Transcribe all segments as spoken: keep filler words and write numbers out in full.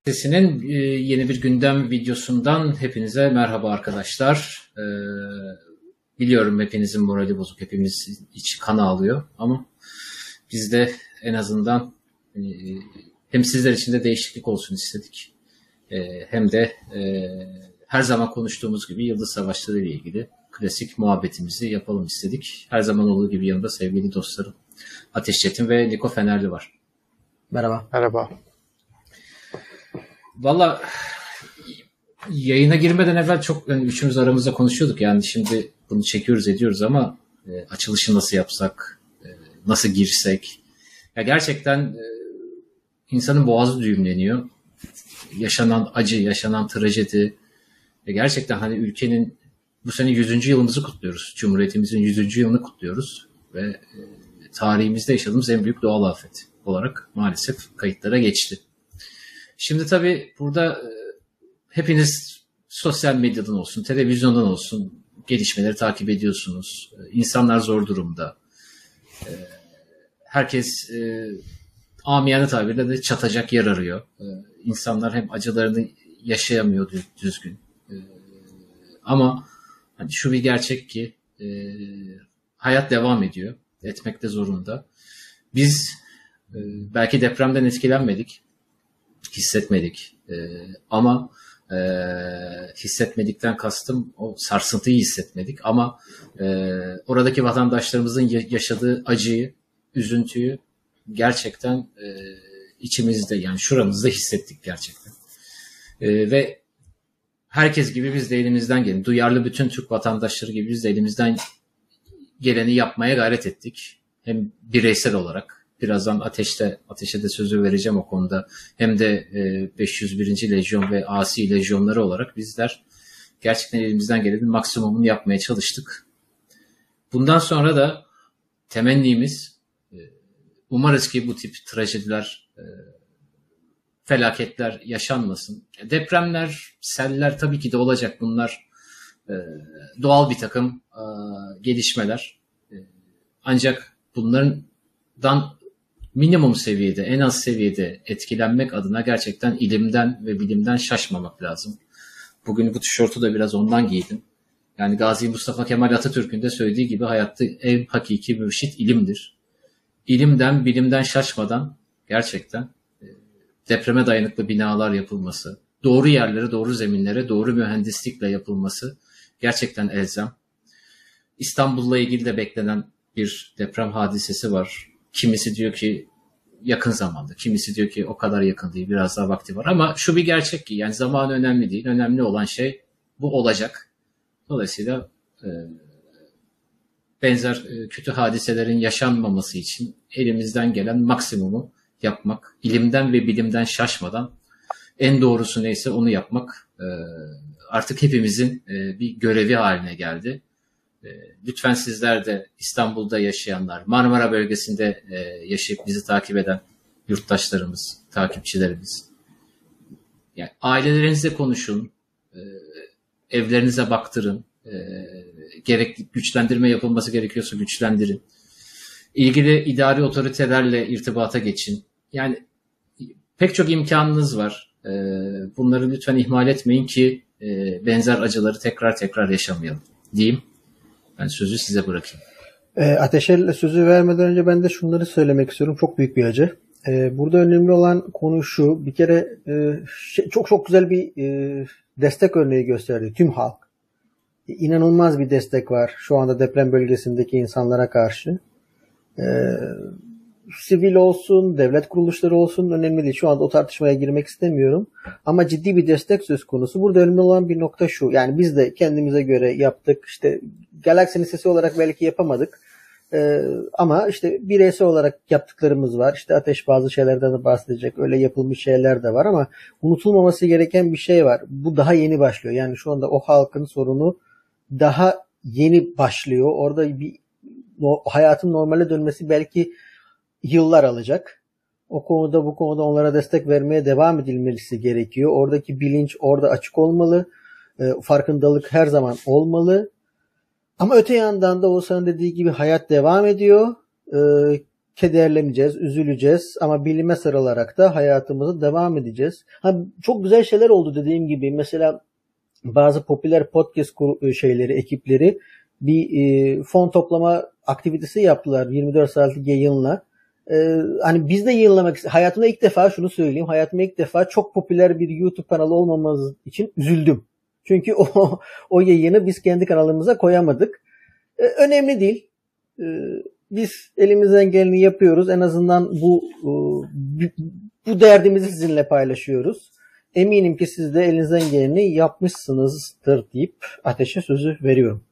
Sesinin e, yeni bir gündem videosundan hepinize merhaba arkadaşlar. E, biliyorum hepinizin morali bozuk, hepimiz içi kan ağlıyor ama biz de en azından e, hem sizler için de değişiklik olsun istedik. E, hem de e, her zaman konuştuğumuz gibi Yıldız Savaşları ile ilgili klasik muhabbetimizi yapalım istedik. Her zaman olduğu gibi yanında sevgili dostlarım Ateş Çetin ve Niko Fenerli var. Merhaba. Merhaba. Valla yayına girmeden evvel çok yani üçümüz aramızda konuşuyorduk. Yani şimdi bunu çekiyoruz ediyoruz ama e, açılışı nasıl yapsak, e, nasıl girsek. Ya gerçekten e, insanın boğazı düğümleniyor. Yaşanan acı, yaşanan trajedi. E, gerçekten hani ülkenin bu sene yüzüncü yılımızı kutluyoruz. Cumhuriyetimizin yüzüncü yılını kutluyoruz. Ve e, tarihimizde yaşadığımız en büyük doğal afet olarak maalesef kayıtlara geçti. Şimdi tabii burada e, hepiniz sosyal medyadan olsun, televizyondan olsun gelişmeleri takip ediyorsunuz. E, insanlar zor durumda. E, herkes e, amiyane tabirle de çatacak yer arıyor. E, insanlar hem acılarını yaşayamıyor düzgün. E, ama hani şu bir gerçek ki e, hayat devam ediyor. Etmek de zorunda. Biz e, belki depremden etkilenmedik. Hissetmedik. Ee, ama e, hissetmedikten kastım o sarsıntıyı hissetmedik. Ama e, oradaki vatandaşlarımızın yaşadığı acıyı, üzüntüyü gerçekten e, içimizde yani şuramızda hissettik gerçekten. E, ve herkes gibi biz de elimizden geleni, duyarlı bütün Türk vatandaşları gibi biz de elimizden geleni yapmaya gayret ettik. Hem bireysel olarak. Birazdan Ateş'te, Ateş'e de sözü vereceğim o konuda. Hem de beş yüz birinci Lejyon ve Asi Lejyonları olarak bizler gerçekten elimizden gelenin maksimumunu yapmaya çalıştık. Bundan sonra da temennimiz, umarız ki bu tip trajediler, felaketler yaşanmasın. Depremler, seller tabii ki de olacak, bunlar doğal bir takım gelişmeler. Ancak bunlardan minimum seviyede, en az seviyede etkilenmek adına gerçekten ilimden ve bilimden şaşmamak lazım. Bugün bu tişörtü de biraz ondan giydim. Yani Gazi Mustafa Kemal Atatürk'ün de söylediği gibi hayatta en hakiki mürşit ilimdir. İlimden, bilimden şaşmadan gerçekten depreme dayanıklı binalar yapılması, doğru yerlere, doğru zeminlere, doğru mühendislikle yapılması gerçekten elzem. İstanbul'la ilgili de beklenen bir deprem hadisesi var. Kimisi diyor ki yakın zamanda, kimisi diyor ki o kadar yakın değil, biraz daha vakti var. Ama şu bir gerçek ki yani zaman önemli değil. Önemli olan şey bu olacak. Dolayısıyla e, benzer e, kötü hadiselerin yaşanmaması için elimizden gelen maksimumu yapmak, ilimden ve bilimden şaşmadan en doğrusu neyse onu yapmak e, artık hepimizin e, bir görevi haline geldi. Lütfen sizler de İstanbul'da yaşayanlar, Marmara bölgesinde yaşayıp bizi takip eden yurttaşlarımız, takipçilerimiz, yani ailelerinizle konuşun, evlerinize baktırın, gerekli güçlendirme yapılması gerekiyorsa güçlendirin. İlgili idari otoritelerle irtibata geçin. Yani pek çok imkanınız var. Bunları lütfen ihmal etmeyin ki benzer acıları tekrar tekrar yaşamayalım diyeyim. Ben sözü size bırakayım. E, Ateş'e sözü vermeden önce ben de şunları söylemek istiyorum. Çok büyük bir acı. E, burada önemli olan konu şu. Bir kere e, şey, çok çok güzel bir e, destek örneği gösterdi tüm halk. E, inanılmaz bir destek var şu anda deprem bölgesindeki insanlara karşı. E, sivil olsun, devlet kuruluşları olsun önemli değil. Şu anda o tartışmaya girmek istemiyorum. Ama ciddi bir destek söz konusu. Burada önemli olan bir nokta şu. Yani biz de kendimize göre yaptık. İşte Galaksinin Sesi olarak belki yapamadık. Ee, ama işte bireysel olarak yaptıklarımız var. İşte Ateş bazı şeylerden de bahsedecek. Öyle yapılmış şeyler de var ama unutulmaması gereken bir şey var. Bu daha yeni başlıyor. Yani şu anda o halkın sorunu daha yeni başlıyor. Orada bir no, hayatın normale dönmesi belki yıllar alacak. O konuda bu konuda onlara destek vermeye devam edilmesi gerekiyor. Oradaki bilinç orada açık olmalı. E, farkındalık her zaman olmalı. Ama öte yandan da Oğuzhan'ın dediği gibi hayat devam ediyor. E, kederleneceğiz, üzüleceğiz ama bilime sarılarak da hayatımıza devam edeceğiz. Ha, çok güzel şeyler oldu dediğim gibi. Mesela bazı popüler podcast şeyleri, ekipleri bir e, fon toplama aktivitesi yaptılar yirmi dört saatlik yayınla. E, hani biz de yayınlamak, hayatımda ilk defa şunu söyleyeyim, hayatımda ilk defa çok popüler bir YouTube kanalı olmamız için üzüldüm. Çünkü o o yayını biz kendi kanalımıza koyamadık. E, önemli değil. E, biz elimizden geleni yapıyoruz. En azından bu e, bu derdimizi sizinle paylaşıyoruz. Eminim ki siz de elinizden geleni yapmışsınızdır deyip Ateş'e sözü veriyorum.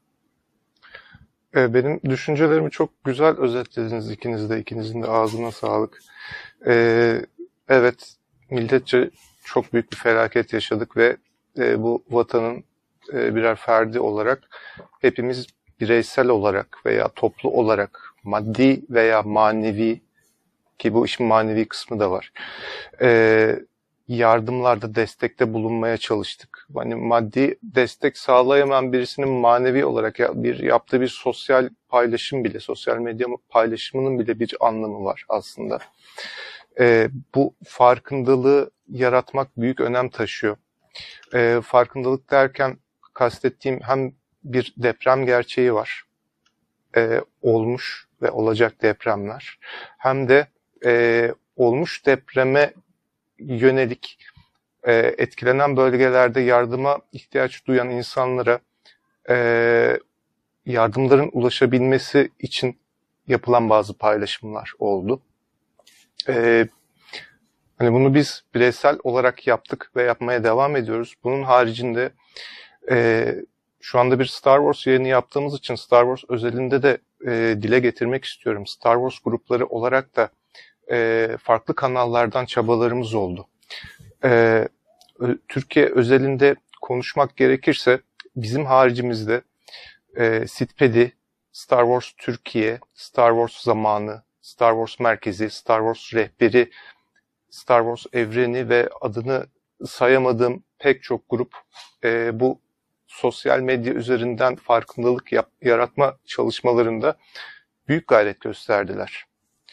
Benim düşüncelerimi çok güzel özetlediniz ikiniz de. İkinizin de ağzına sağlık. Ee, evet, milletçe çok büyük bir felaket yaşadık ve e, bu vatanın e, birer ferdi olarak hepimiz bireysel olarak veya toplu olarak maddi veya manevi, ki bu işin manevi kısmı da var, e, yardımlarda, destekte bulunmaya çalıştık. Hani maddi destek sağlayamayan birisinin manevi olarak bir yaptığı bir sosyal paylaşım bile, sosyal medya paylaşımının bile bir anlamı var aslında. Ee, bu farkındalığı yaratmak büyük önem taşıyor. Ee, farkındalık derken kastettiğim hem bir deprem gerçeği var, ee, olmuş ve olacak depremler, hem de e, olmuş depreme yönelik e, etkilenen bölgelerde yardıma ihtiyaç duyan insanlara e, yardımların ulaşabilmesi için yapılan bazı paylaşımlar oldu. E, hani bunu biz bireysel olarak yaptık ve yapmaya devam ediyoruz. Bunun haricinde e, şu anda bir Star Wars yayını yaptığımız için Star Wars özelinde de e, dile getirmek istiyorum. Star Wars grupları olarak da e, farklı kanallardan çabalarımız oldu. Ee, Türkiye özelinde konuşmak gerekirse bizim haricimizde e, Sitpedi, Star Wars Türkiye, Star Wars Zamanı, Star Wars Merkezi, Star Wars Rehberi, Star Wars Evreni ve adını sayamadığım pek çok grup e, bu sosyal medya üzerinden farkındalık yap, yaratma çalışmalarında büyük gayret gösterdiler.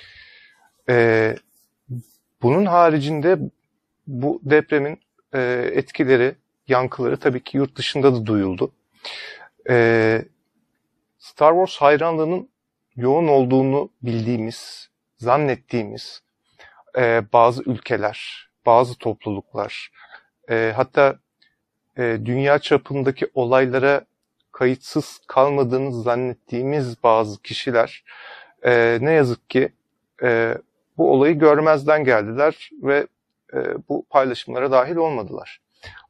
E, bunun haricinde bu depremin e, etkileri, yankıları tabii ki yurt dışında da duyuldu. E, Star Wars hayranlığının yoğun olduğunu bildiğimiz, zannettiğimiz e, bazı ülkeler, bazı topluluklar, e, hatta e, dünya çapındaki olaylara kayıtsız kalmadığını zannettiğimiz bazı kişiler e, ne yazık ki e, bu olayı görmezden geldiler ve e, bu paylaşımlara dahil olmadılar.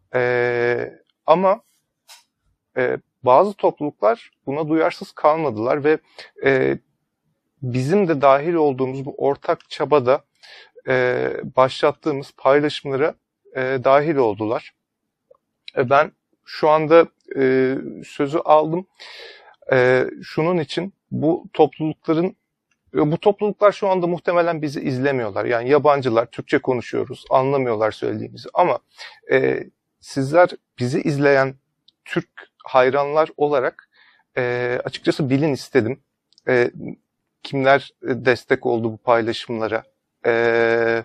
E, ama e, bazı topluluklar buna duyarsız kalmadılar ve e, bizim de dahil olduğumuz bu ortak çabada e, başlattığımız paylaşımlara e, dahil oldular. E, ben şu anda e, sözü aldım. E, şunun için bu toplulukların Bu topluluklar şu anda muhtemelen bizi izlemiyorlar. Yani yabancılar, Türkçe konuşuyoruz, anlamıyorlar söylediğimizi. Ama e, sizler bizi izleyen Türk hayranlar olarak e, açıkçası bilin istedim. E, kimler destek oldu bu paylaşımlara? E,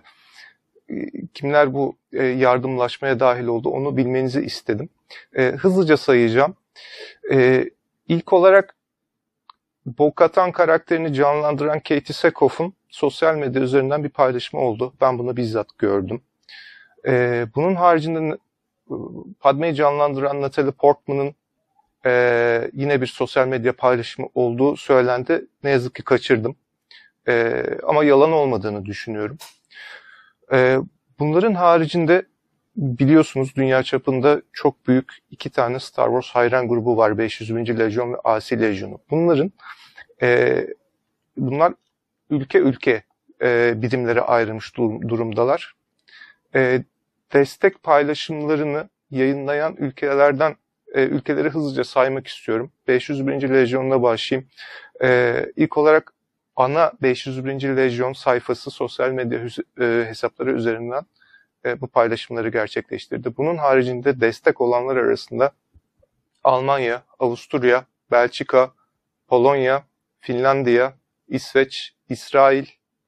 kimler bu e, yardımlaşmaya dahil oldu? Onu bilmenizi istedim. E, hızlıca sayacağım. E, ilk olarak Bo-Katan karakterini canlandıran Katie Sackhoff'un sosyal medya üzerinden bir paylaşımı oldu. Ben bunu bizzat gördüm. Ee, bunun haricinde Padme'yi canlandıran Natalie Portman'ın e, yine bir sosyal medya paylaşımı olduğu söylendi. Ne yazık ki kaçırdım. E, ama yalan olmadığını düşünüyorum. E, bunların haricinde biliyorsunuz dünya çapında çok büyük iki tane Star Wars hayran grubu var. beş yüz birinci. Lejyon ve Asi Lejyonu. Bunların e, bunlar ülke ülke e, birimlere ayrılmış dur- durumdalar. E, destek paylaşımlarını yayınlayan ülkelerden e, ülkeleri hızlıca saymak istiyorum. beş yüz birinci. Lejyon'la başlayayım. E, ilk olarak ana beş yüz birinci. Lejyon sayfası sosyal medya hüs- e, hesapları üzerinden bu paylaşımları gerçekleştirdi. Bunun haricinde destek olanlar arasında Almanya, Avusturya, Belçika, Polonya, Finlandiya, İsveç, İsrail,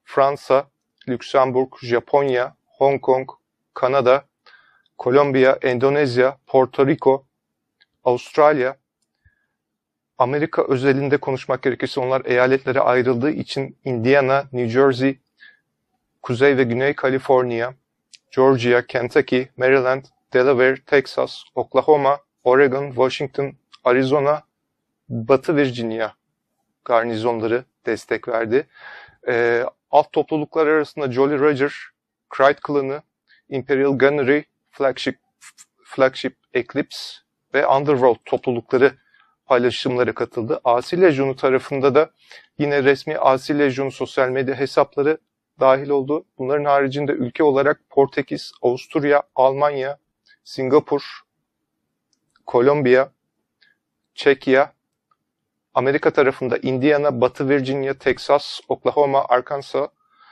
Fransa, Lüksemburg, Japonya, Hong Kong, Kanada, Kolombiya, Endonezya, Porto Rico, Avustralya, Amerika özelinde konuşmak gerekirse onlar eyaletlere ayrıldığı için Indiana, New Jersey, Kuzey ve Güney Kaliforniya, Georgia, Kentucky, Maryland, Delaware, Texas, Oklahoma, Oregon, Washington, Arizona, Batı Virginia garnizonları destek verdi. Ee, alt topluluklar arasında Jolly Roger, Clyde klanı, Imperial Gunnery, Flagship, Flagship Eclipse ve Underworld toplulukları paylaşımlara katıldı. Asi Lejyonu tarafında da yine resmi Asi Lejyonu sosyal medya hesapları dahil oldu. Bunların haricinde ülke olarak Portekiz, Avusturya, Almanya, Singapur, Kolombiya, Çekya, Amerika tarafında Indiana, Batı Virginia, Texas, Oklahoma, Arkansas,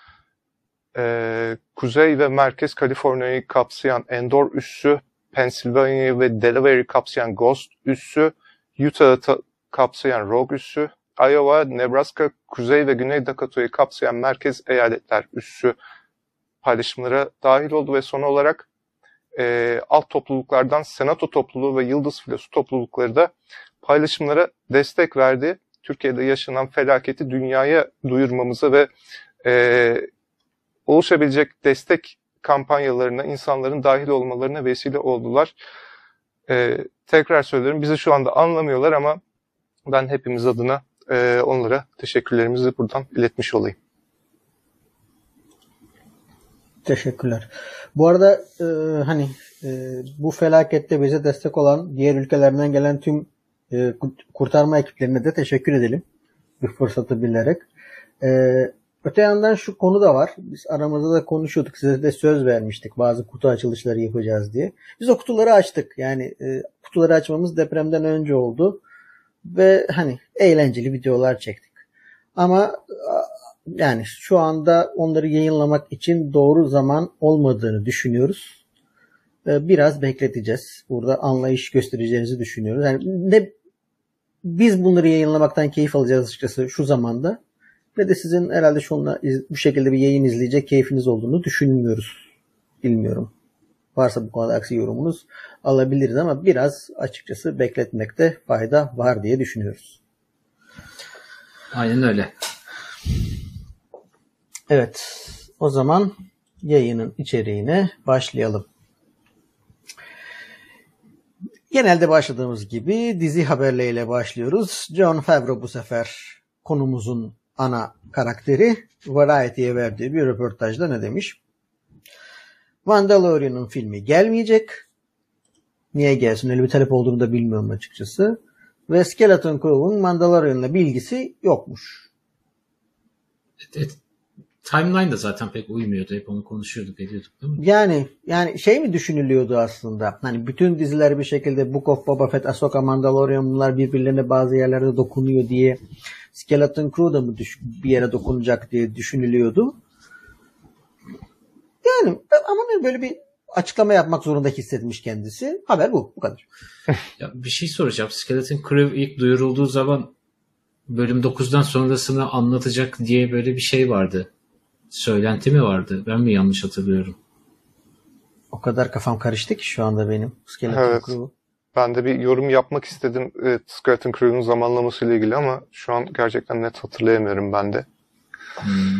e, Kuzey ve Merkez Kaliforniya'yı kapsayan Endor üssü, Pennsylvania ve Delaware'i kapsayan Ghost üssü, Utah'ı kapsayan Rogue üssü, Iowa, Nebraska, Kuzey ve Güney Dakota'yı kapsayan Merkez Eyaletler üssü paylaşımlara dahil oldu ve son olarak e, alt topluluklardan Senato topluluğu ve Yıldız Filosu toplulukları da paylaşımlara destek verdi. Türkiye'de yaşanan felaketi dünyaya duyurmamıza ve e, oluşabilecek destek kampanyalarına insanların dahil olmalarına vesile oldular. E, tekrar söylüyorum, bizi şu anda anlamıyorlar ama ben hepimiz adına e, onlara teşekkürlerimizi buradan iletmiş olayım. Teşekkürler. Bu arada e, hani e, bu felakette bize destek olan diğer ülkelerden gelen tüm e, kurtarma ekiplerine de teşekkür edelim. Bir fırsatı bilerek. E, öte yandan şu konu da var. Biz aramızda da konuşuyorduk. Size de söz vermiştik. Bazı kutu açılışları yapacağız diye. Biz o kutuları açtık. Yani e, kutuları açmamız depremden önce oldu. Ve hani eğlenceli videolar çektik. Ama yani şu anda onları yayınlamak için doğru zaman olmadığını düşünüyoruz. Biraz bekleteceğiz. Burada anlayış göstereceğinizi düşünüyoruz. Yani ne biz bunları yayınlamaktan keyif alacağız açıkçası şu zamanda, ne de sizin herhalde şunla bu şekilde bir yayın izleyecek keyfiniz olduğunu düşünmüyoruz. Bilmiyorum. Varsa bu konuda aksi yorumunuz alabiliriz ama biraz açıkçası bekletmekte fayda var diye düşünüyoruz. Aynen öyle. Evet. O zaman yayının içeriğine başlayalım. Genelde başladığımız gibi dizi haberleriyle başlıyoruz. Jon Favreau bu sefer konumuzun ana karakteri. Variety'ye verdiği bir röportajda ne demiş? Mandalorian'ın filmi gelmeyecek. Niye gelsin? Öyle bir talep olduğunu da bilmiyorum açıkçası. Ve Skeleton Crew'un Mandalorian'la bilgisi yokmuş. Evet, evet. Timeline da zaten pek uymuyordu. Hep onu konuşuyorduk, ediyorduk değil mi? Yani yani şey mi düşünülüyordu aslında? Hani bütün diziler bir şekilde Book of Boba Fett, Ahsoka, Mandalorian bunlar birbirlerine bazı yerlerde dokunuyor diye Skeleton Crew da mı düş- bir yere dokunacak diye düşünülüyordu. Yani ama böyle bir açıklama yapmak zorunda hissetmiş kendisi. Haber bu. Bu kadar. Ya bir şey soracağım. Skeleton Crew ilk duyurulduğu zaman bölüm dokuzdan sonrasını anlatacak diye böyle bir şey vardı. Söylenti mi vardı? Ben mi yanlış hatırlıyorum? O kadar kafam karıştı ki şu anda benim. Skeleton Evet. Crew. Ben de bir yorum yapmak istedim evet, Skeleton Crew'un zamanlamasıyla ilgili ama şu an gerçekten net hatırlayamıyorum ben de. Hmm.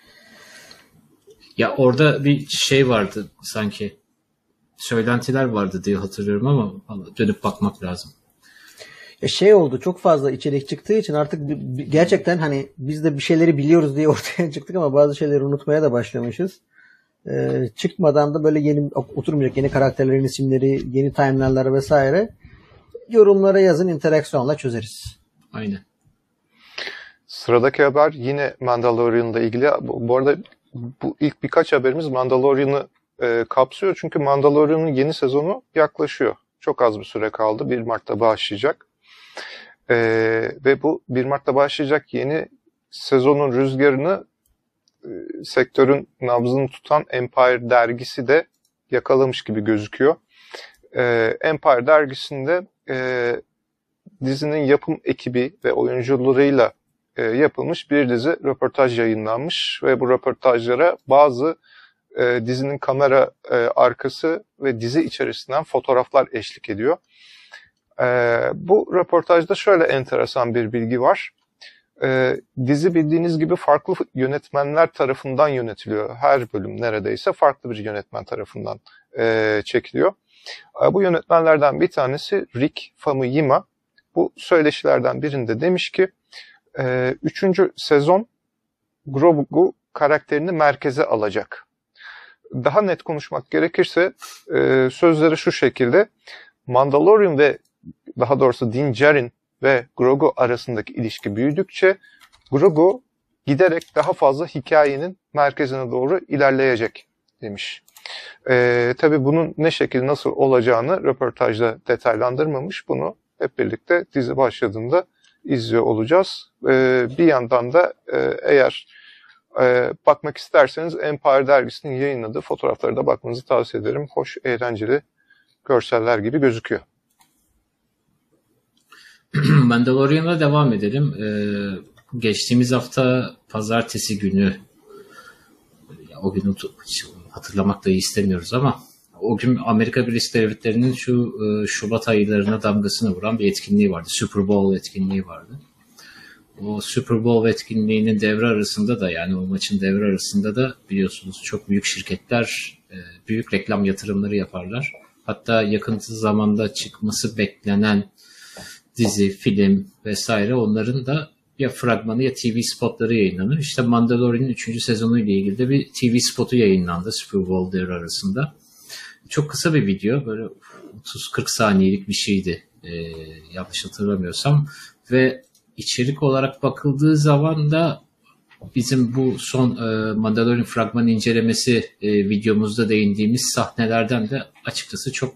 Ya orada bir şey vardı sanki. Söylentiler vardı diye hatırlıyorum ama dönüp bakmak lazım. E şey oldu, çok fazla içerik çıktığı için artık gerçekten hani biz de bir şeyleri biliyoruz diye ortaya çıktık ama bazı şeyleri unutmaya da başlamışız. Ee, çıkmadan da böyle yeni oturmayacak yeni karakterlerin isimleri, yeni timeline'lar vesaire yorumlara yazın, interaksiyonla çözeriz. Aynen. Sıradaki haber yine Mandalorian'la ilgili. Bu, bu arada bu ilk birkaç haberimiz Mandalorian'ı e, kapsıyor. Çünkü Mandalorian'ın yeni sezonu yaklaşıyor. Çok az bir süre kaldı. bir Mart'ta başlayacak. E, ve bu bir Mart'ta başlayacak yeni sezonun rüzgarını e, sektörün nabzını tutan Empire dergisi de yakalamış gibi gözüküyor. E, Empire dergisinde e, dizinin yapım ekibi ve oyuncularıyla e, yapılmış bir dizi röportaj yayınlanmış ve bu röportajlara bazı e, dizinin kamera e, arkası ve dizi içerisinden fotoğraflar eşlik ediyor. E, bu röportajda şöyle enteresan bir bilgi var. E, dizi bildiğiniz gibi farklı yönetmenler tarafından yönetiliyor. Her bölüm neredeyse farklı bir yönetmen tarafından e, çekiliyor. E, bu yönetmenlerden bir tanesi Rick Famuyiwa. Bu söyleşilerden birinde demiş ki, e, üçüncü sezon Grogu karakterini merkeze alacak. Daha net konuşmak gerekirse e, sözleri şu şekilde: Mandalorian ve daha doğrusu Din Djarin ve Grogu arasındaki ilişki büyüdükçe Grogu giderek daha fazla hikayenin merkezine doğru ilerleyecek demiş. Ee, tabii bunun ne şekilde nasıl olacağını röportajda detaylandırmamış. Bunu hep birlikte dizi başladığında izliyor olacağız. Ee, bir yandan da e, eğer e, bakmak isterseniz Empire dergisinin yayınladığı fotoğraflara da bakmanızı tavsiye ederim. Hoş, eğlenceli görseller gibi gözüküyor. Mandalorian'a devam edelim. Ee, geçtiğimiz hafta pazartesi günü, o günü hatırlamak da istemiyoruz ama o gün Amerika Birleşik Devletleri'nin şu e, Şubat aylarına damgasını vuran bir etkinliği vardı. Super Bowl etkinliği vardı. O Super Bowl etkinliğinin devre arasında da, yani o maçın devre arasında da biliyorsunuz çok büyük şirketler e, büyük reklam yatırımları yaparlar. Hatta yakın zamanda çıkması beklenen dizi, film vesaire, onların da ya fragmanı ya T V spotları yayınlanır. İşte Mandalorian'ın üçüncü sezonu ile ilgili de bir T V spotu yayınlandı Super Bowl devre arasında. Çok kısa bir video, böyle otuz kırk saniyelik bir şeydi ee, yanlış hatırlamıyorsam, ve içerik olarak bakıldığı zaman da bizim bu son e, Mandalorian fragmanı incelemesi e, videomuzda değindiğimiz sahnelerden de açıkçası çok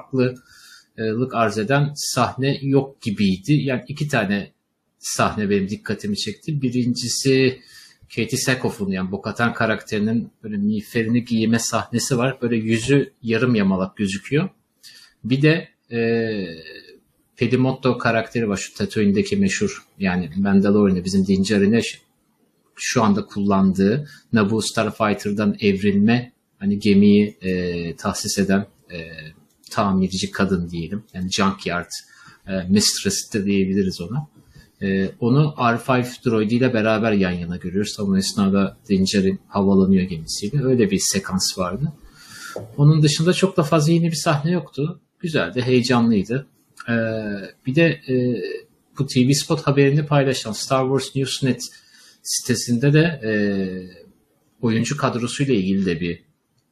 farklılık arz eden sahne yok gibiydi. Yani iki tane sahne benim dikkatimi çekti. Birincisi Katie Sackhoff'un, yani Bo-Katan karakterinin böyle miğferini giyme sahnesi var. Böyle yüzü yarım yamalak gözüküyor. Bir de e, Padme Motto karakteri var. Şu Tatooine'deki meşhur, yani Mandalorian'da bizim Din Djarin'e şu anda kullandığı Naboo Starfighter'dan evrilme, hani gemiyi e, tahsis eden e, tamirci kadın diyelim. Yani Junkyard e, Mistress de diyebiliriz ona. Ee, onu R beş droidiyle beraber yan yana görüyoruz. Tam o esnada Din Djarin havalanıyor gemisiyle. Öyle bir sekans vardı. Onun dışında çok da fazla yeni bir sahne yoktu. Güzeldi, heyecanlıydı. Ee, bir de e, bu T V spot haberini paylaşan Star Wars News Net sitesinde de e, oyuncu kadrosuyla ilgili de bir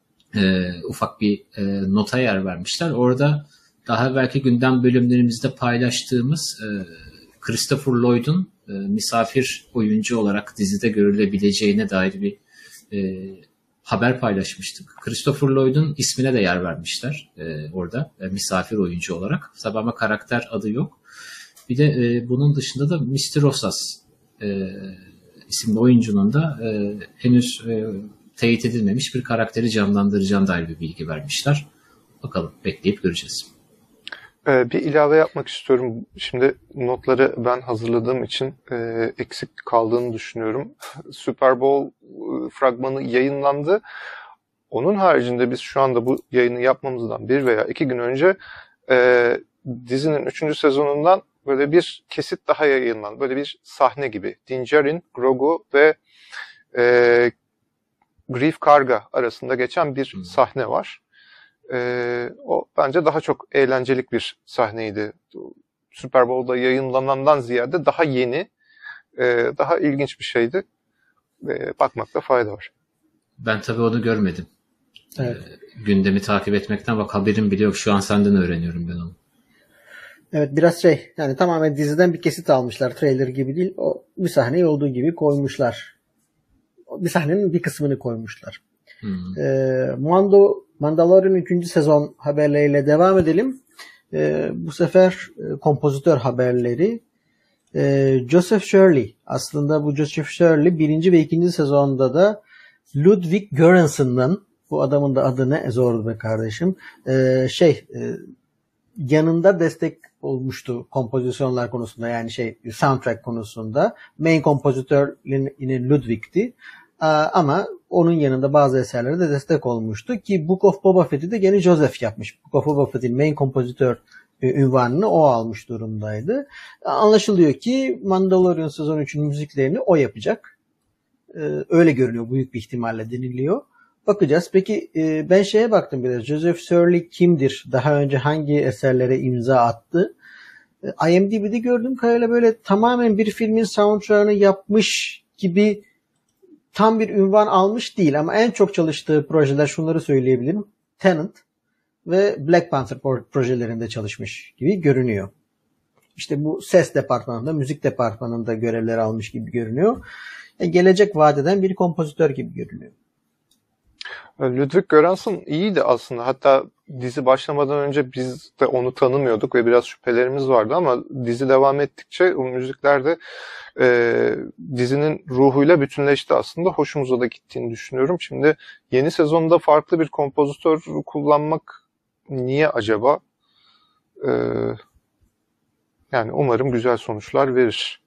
e, ufak bir e, nota yer vermişler. Orada daha belki gündem bölümlerimizde paylaştığımız e, Christopher Lloyd'un e, misafir oyuncu olarak dizide görülebileceğine dair bir e, haber paylaşmıştık. Christopher Lloyd'un ismine de yer vermişler e, orada e, misafir oyuncu olarak. Tabii ama karakter adı yok. Bir de e, bunun dışında da mister Rosas e, isimli oyuncunun da e, henüz e, teyit edilmemiş bir karakteri canlandıracağına dair bir bilgi vermişler. Bakalım, bekleyip göreceğiz. Bir ilave yapmak istiyorum. Şimdi notları ben hazırladığım için e, eksik kaldığını düşünüyorum. Super Bowl fragmanı yayınlandı. Onun haricinde biz şu anda bu yayını yapmamızdan bir veya iki gün önce e, dizinin üçüncü sezonundan böyle bir kesit daha yayınlandı. Böyle bir sahne gibi. Din Djarin, Grogu ve e, Greef Karga arasında geçen bir hmm. sahne var. Ee, o bence daha çok eğlencelik bir sahneydi. Super Bowl'da yayınlanandan ziyade daha yeni, e, daha ilginç bir şeydi. E, bakmakta fayda var. Ben tabii onu görmedim. Evet. E, gündemi takip etmekten bak haberim bile yok. Şu an senden öğreniyorum ben onu. Evet, biraz şey, yani tamamen diziden bir kesit almışlar. Trailer gibi değil. O bir sahneyi olduğu gibi koymuşlar. Bir sahnenin bir kısmını koymuşlar. Hmm. E, Mando Mandalorian üçüncü sezon haberleriyle devam edelim. Ee, bu sefer e, kompozitör haberleri. Ee, Joseph Shirley. Aslında bu Joseph Shirley birinci ve ikinci sezonda da Ludwig Göransson'dan, bu adamın da adı ne? Zordu be kardeşim. Ee, şey e, yanında destek olmuştu kompozisyonlar konusunda, yani şey soundtrack konusunda. Main kompozitör yine Ludwig'ti. Ama onun yanında bazı eserlere de destek olmuştu ki Book of Boba Fett'i de gene Joseph yapmış. Book of Boba Fett'in main kompozitör ünvanını o almış durumdaydı. Anlaşılıyor ki Mandalorian sezon üçün müziklerini o yapacak. Öyle görünüyor, büyük bir ihtimalle deniliyor. Bakacağız. Peki ben şeye baktım biraz. Joseph Sirleaf kimdir? Daha önce hangi eserlere imza attı? I M D B'de gördüğüm kadarıyla böyle tamamen bir filmin soundtrack'ını yapmış gibi tam bir ünvan almış değil ama en çok çalıştığı projeler şunları söyleyebilirim. Tenet ve Black Panther projelerinde çalışmış gibi görünüyor. İşte bu ses departmanında, müzik departmanında görevler almış gibi görünüyor. Yani gelecek vadeden bir kompozitör gibi görünüyor. Ludwig Göransson iyiydi aslında. Hatta dizi başlamadan önce biz de onu tanımıyorduk ve biraz şüphelerimiz vardı ama dizi devam ettikçe o müzikler de e, dizinin ruhuyla bütünleşti aslında. Hoşumuza da gittiğini düşünüyorum. Şimdi yeni sezonda farklı bir kompozitör kullanmak niye acaba? E, yani umarım güzel sonuçlar verir.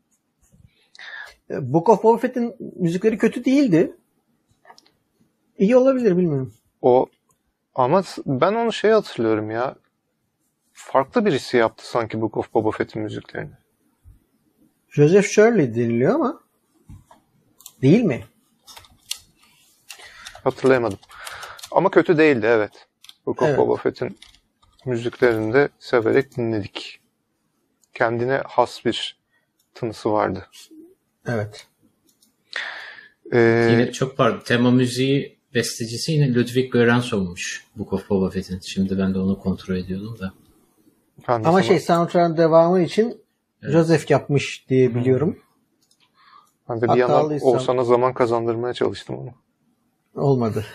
Book of Boba Fett'in müzikleri kötü değildi. İyi olabilir, bilmiyorum. O ama ben onu şey hatırlıyorum ya. Farklı birisi yaptı sanki Book of Boba Fett'in müziklerini. Joseph Sirleaf deniliyor ama değil mi? Hatırlayamadım. Ama kötü değildi, evet. Book of Evet. Boba Fett'in müziklerini de severek dinledik. Kendine has bir tınısı vardı. Evet. Ee, Yine çok pardon. Tema müziği bestecisi yine Ludwig Göransson'muş Book of Boba Fett'in. Şimdi ben de onu kontrol ediyordum da. ben de Ama sana- şey soundtrack'ın devamı için Joseph yapmış diye biliyorum. ben de bir yandan hatalıysam- Oğuzhan'a zaman kazandırmaya çalıştım onu. Olmadı.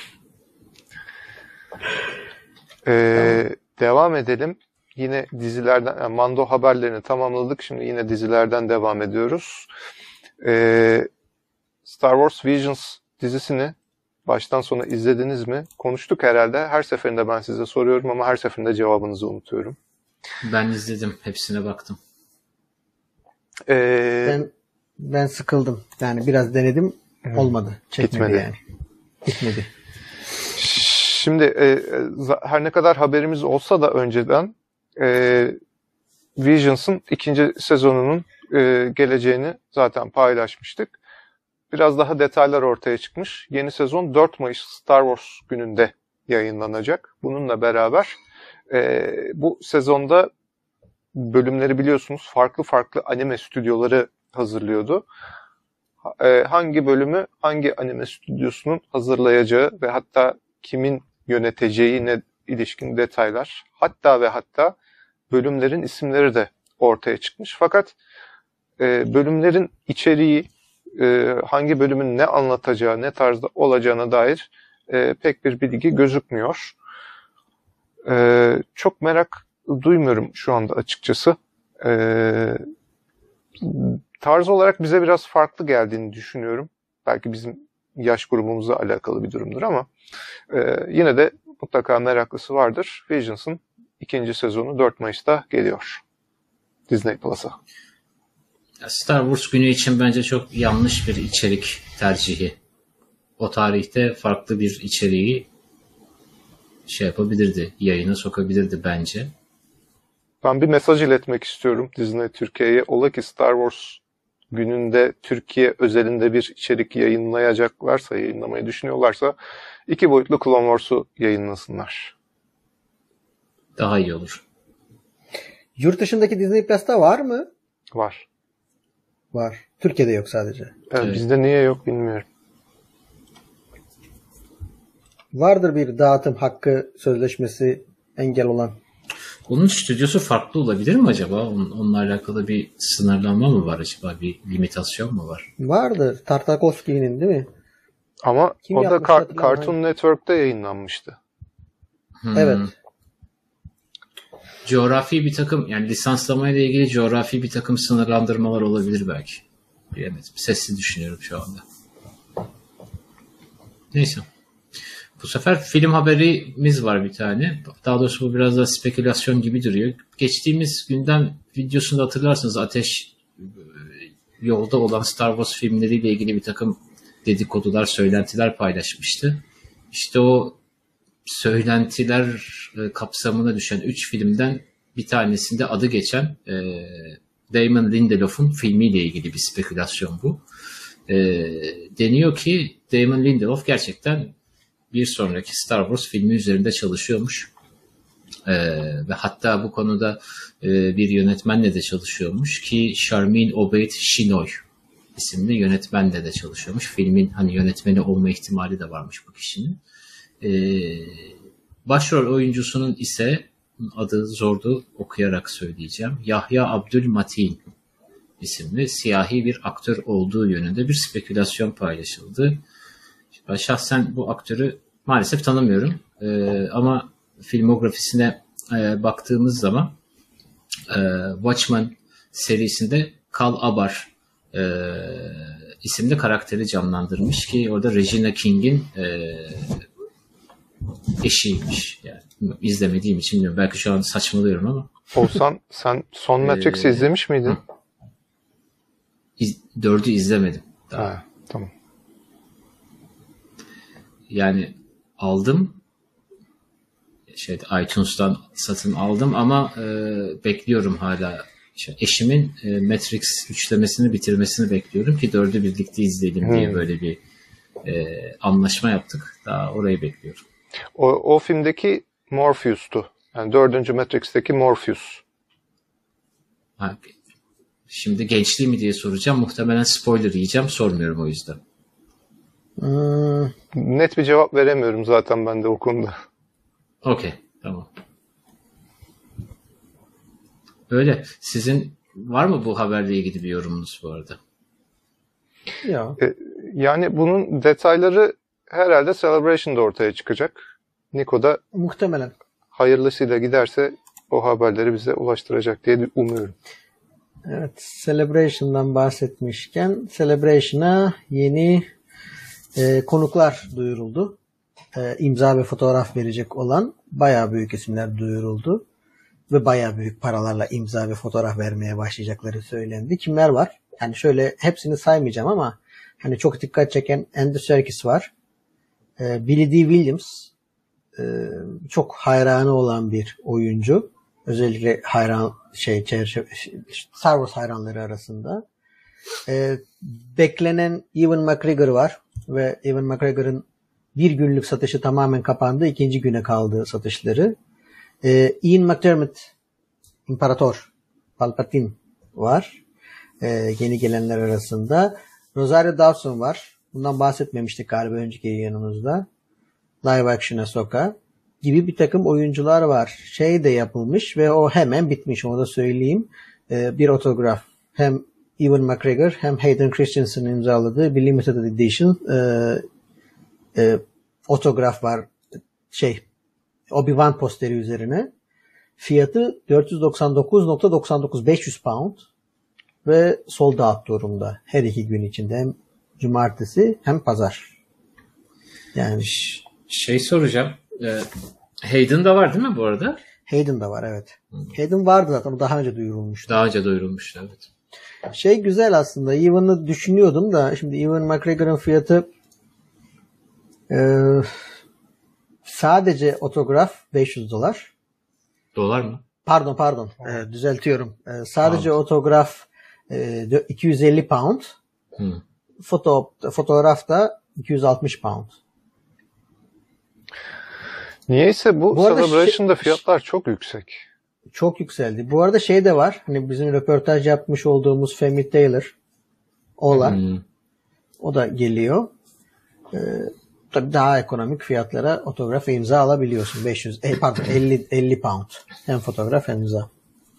Ee, devam edelim. Yine dizilerden, yani Mando haberlerini tamamladık. Şimdi yine dizilerden devam ediyoruz. Ee, Star Wars Visions dizisini baştan sona izlediniz mi? Konuştuk herhalde. Her seferinde ben size soruyorum ama her seferinde cevabınızı unutuyorum. Ben izledim. Hepsine baktım. Ee, ben ben sıkıldım. Yani biraz denedim. Olmadı. Çekmedi Gitmedi. yani. Gitmedi. Şimdi e, za- her ne kadar haberimiz olsa da önceden e, Visions'ın ikinci sezonunun e, geleceğini zaten paylaşmıştık. Biraz daha detaylar ortaya çıkmış. Yeni sezon dört Mayıs Star Wars gününde yayınlanacak. Bununla beraber e, bu sezonda bölümleri biliyorsunuz farklı farklı anime stüdyoları hazırlıyordu. E, hangi bölümü hangi anime stüdyosunun hazırlayacağı ve hatta kimin yöneteceğine ilişkin detaylar, hatta ve hatta bölümlerin isimleri de ortaya çıkmış. Fakat e, bölümlerin içeriği, e, hangi bölümün ne anlatacağı, ne tarzda olacağına dair e, pek bir bilgi gözükmüyor. E, çok merak duymuyorum şu anda açıkçası. E, tarz olarak bize biraz farklı geldiğini düşünüyorum. Belki bizim yaş grubumuzla alakalı bir durumdur ama e, yine de mutlaka meraklısı vardır. Visions'ın ikinci sezonu dört Mayıs'ta geliyor Disney Plus'a. Star Wars günü için bence çok yanlış bir içerik tercihi. O tarihte farklı bir içeriği şey yapabilirdi, yayına sokabilirdi bence. Ben bir mesaj iletmek istiyorum Disney Türkiye'ye. Ola ki Star Wars gününde Türkiye özelinde bir içerik yayınlayacaklarsa, yayınlamayı düşünüyorlarsa iki boyutlu Clone Wars'u yayınlasınlar. Daha iyi olur. Yurt dışındaki Disney Plus'ta var mı? Var. Var. Türkiye'de yok sadece. Evet, Evet. bizde niye yok bilmiyorum. Vardır bir dağıtım hakkı sözleşmesi engel olan. Onun stüdyosu farklı olabilir mi acaba? Onun, onunla alakalı bir sınırlanma mı var acaba? Bir limitasyon mu var? Vardır. Tartakovsky'nin değil mi? Ama Kim o da yapmış Ka- hatırlamıyorum. Cartoon Network'te yayınlanmıştı. Hmm. Evet. Coğrafi bir takım, yani lisanslamayla ilgili coğrafi bir takım sınırlandırmalar olabilir belki. Bilemedim. Sesli düşünüyorum şu anda. Neyse. Bu sefer film haberimiz var bir tane. Daha doğrusu bu biraz da spekülasyon gibi duruyor. Geçtiğimiz gündem videosunda hatırlarsınız Ateş yolda olan Star Wars filmleriyle ilgili bir takım dedikodular, söylentiler paylaşmıştı. İşte o söylentiler kapsamına düşen üç filmden bir tanesinde adı geçen e, Damon Lindelof'un filmiyle ilgili bir spekülasyon bu. E, deniyor ki Damon Lindelof gerçekten bir sonraki Star Wars filmi üzerinde çalışıyormuş. E, ve hatta bu konuda e, bir yönetmenle de çalışıyormuş ki Sharmeen Obaid-Chinoy isimli yönetmenle de çalışıyormuş. Filmin hani yönetmeni olma ihtimali de varmış bu kişinin. E, başrol oyuncusunun ise adı zordu okuyarak söyleyeceğim. Yahya Abdülmatin isimli siyahi bir aktör olduğu yönünde bir spekülasyon paylaşıldı. Ben şahsen bu aktörü maalesef tanımıyorum. Ee, ama filmografisine e, baktığımız zaman e, Watchmen serisinde Kal Abar e, isimli karakteri canlandırmış ki orada Regina King'in e, eşiymiş. Yani izlemediğim için bilmiyorum. Belki şu an saçmalıyorum ama. Oğuzhan sen son Matrix'i ee, izlemiş miydin? Hı. İz, dördü izlemedim. Daha. Ha, tamam. Yani aldım. Şeyde iTunes'tan satın aldım ama e, bekliyorum hala. İşte eşimin e, Matrix üçlemesini bitirmesini bekliyorum ki dördü birlikte izleyelim diye hmm. böyle bir e, anlaşma yaptık. Daha orayı bekliyorum. O, o filmdeki Morpheus'tu. Yani dördüncü Matrix'teki Morpheus. Ha, şimdi gençliği mi diye soracağım. Muhtemelen spoiler yiyeceğim. Sormuyorum o yüzden. Hmm, net bir cevap veremiyorum zaten ben de o konuda. Okey. Tamam. Öyle. Sizin var mı bu haberle ilgili bir yorumunuz bu arada? Ya. E, yani bunun detayları herhalde Celebration'da ortaya çıkacak. Nico da muhtemelen hayırlısıyla giderse o haberleri bize ulaştıracak diye umuyorum. Evet, Celebration'dan bahsetmişken Celebration'a yeni e, konuklar duyuruldu. E, imza ve fotoğraf verecek olan bayağı büyük isimler duyuruldu. Ve bayağı büyük paralarla imza ve fotoğraf vermeye başlayacakları söylendi. Kimler var? Yani şöyle hepsini saymayacağım ama hani çok dikkat çeken Andy Serkis var. E, Billy Dee Williams e, çok hayranı olan bir oyuncu. Özellikle hayran şey çerçeve Star Wars hayranları arasında. E, beklenen Ewan McGregor var ve Ewan McGregor'ın bir günlük satışı tamamen kapandı. İkinci güne kaldı satışları. E, Ian McDiarmid, İmparator Palpatine var. E, yeni gelenler arasında. Rosario Dawson var. Bundan bahsetmemiştik galiba önceki yayınımızda. Live Action Ahsoka gibi bir takım oyuncular var. Şey de yapılmış ve o hemen bitmiş. Onu da söyleyeyim. E, bir otograf. Hem Ewan McGregor hem Hayden Christensen'ın imzaladığı bir limited edition e, e, otograf var. Şey Obi-Wan posteri üzerine. Fiyatı dört yüz doksan dokuz nokta doksan dokuz beş yüz pound ve sold out durumda. Her iki gün içinde hem cumartesi hem pazar. Yani şey soracağım. E, Hayden da var değil mi bu arada? Hayden da var evet. Hmm. Hayden vardı zaten. O daha önce duyurulmuştu. Daha önce duyurulmuştu evet. Şey güzel aslında. Ewan'ı düşünüyordum da şimdi Ewan McGregor'ın fiyatı e, sadece otograf beş yüz dolar. Dolar mı? Pardon pardon. E, düzeltiyorum. E, sadece pound. Otograf e, iki yüz elli pound. Hmm. Foto fotoğraf da iki yüz altmış pound. Niyeyse bu, bu Celebration'da şey, fiyatlar çok yüksek. Çok yükseldi. Bu arada şey de var. Hani bizim röportaj yapmış olduğumuz Femi Taylor olan. Hmm. O da geliyor. Ee, tabii daha ekonomik fiyatlara otograf ve imza alabiliyorsun. beş yüz e, pardon elli elli pound. Hem fotoğraf hem imza.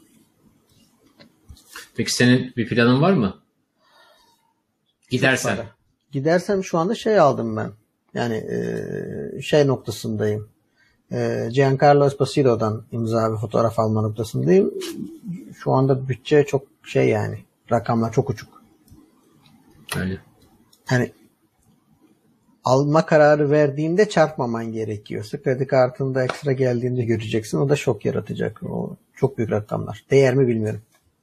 Peki senin bir planın var mı? Gidersen. Gidersem şu anda şey aldım ben. Yani e, şey noktasındayım. E, Giancarlo Esposito'dan imza ve fotoğraf alma noktasındayım. Şu anda bütçe çok şey yani. Rakamlar çok uçuk. Öyle. Hani alma kararı verdiğinde çarpmaman gerekiyorsa kredi kartında ekstra geldiğinde göreceksin. O da şok yaratacak. O çok büyük rakamlar. Değer mi bilmiyorum.